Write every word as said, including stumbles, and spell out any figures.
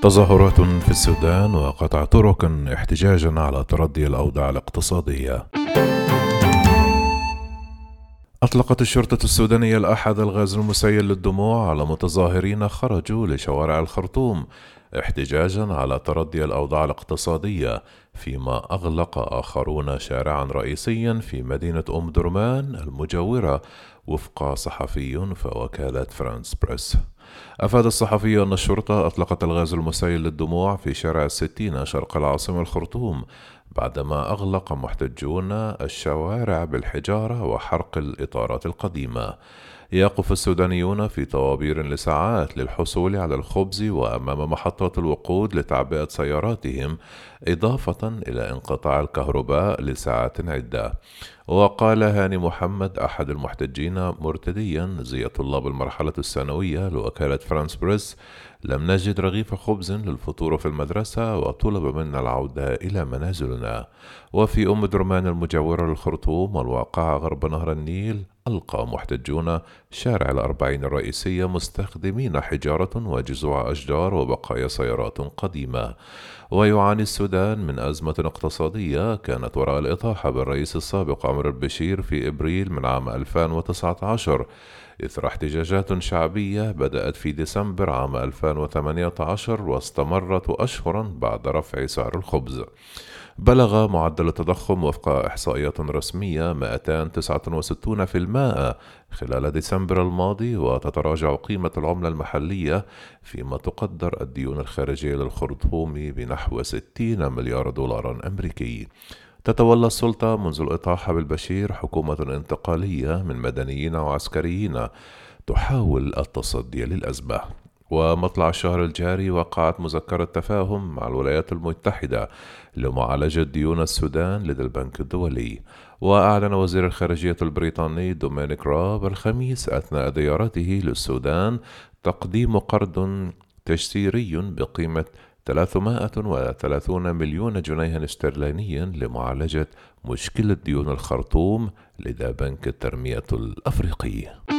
تظاهرات في السودان وقطع طرق احتجاجا على تردي الأوضاع الاقتصادية. أطلقت الشرطة السودانية الأحد الغاز المسيل للدموع على متظاهرين خرجوا لشوارع الخرطوم احتجاجا على تردي الأوضاع الاقتصادية، فيما أغلق آخرون شارعا رئيسيا في مدينة أم درمان المجاورة، وفق صحفي في وكالة فرانس بريس. أفاد الصحفي أن الشرطة أطلقت الغاز المسيل للدموع في شارع الستين شرق العاصمة الخرطوم، بعدما أغلق محتجون الشوارع بالحجارة وحرق الإطارات القديمة. يقف السودانيون في طوابير لساعات للحصول على الخبز وأمام محطات الوقود لتعبئة سياراتهم، إضافة إلى انقطاع الكهرباء لساعات عدة. وقال هاني محمد أحد المحتجين مرتديا زي طلاب المرحلة الثانوية لوكالة فرانس بريس: لم نجد رغيف خبز للفطور في المدرسة وطلب منا العودة إلى منازلنا. وفي أم درمان المجاورة للخرطوم والواقعة غرب نهر النيل، ألقى محتجون شارع الأربعين الرئيسية مستخدمين حجارة وجذوع أشجار وبقايا سيارات قديمة. ويعاني السودان من أزمة اقتصادية كانت وراء الإطاحة بالرئيس السابق عمر البشير في إبريل من عام ألفين وتسعة عشر، إثر احتجاجات شعبية بدأت في ديسمبر عام ألفين وثمانية عشر واستمرت أشهرا بعد رفع سعر الخبز. بلغ معدل التضخم وفق إحصائيات رسمية مئتين وتسعة وستين بالمئة خلال ديسمبر الماضي، وتتراجع قيمة العملة المحلية، فيما تقدر الديون الخارجية للخرطوم بنحو ستين مليار دولار أمريكي. تتولى السلطة منذ الإطاحة بالبشير حكومة انتقالية من مدنيين وعسكريين تحاول التصدي للأزمة. ومطلع الشهر الجاري وقعت مذكرة تفاهم مع الولايات المتحدة لمعالجة ديون السودان لدى البنك الدولي. وأعلن وزير الخارجية البريطاني دومينيك راب الخميس أثناء زيارته للسودان تقديم قرض تجسيري بقيمة ثلاثمائة وثلاثين مليون جنيه استرليني لمعالجة مشكلة ديون الخرطوم لدى بنك التنمية الأفريقي.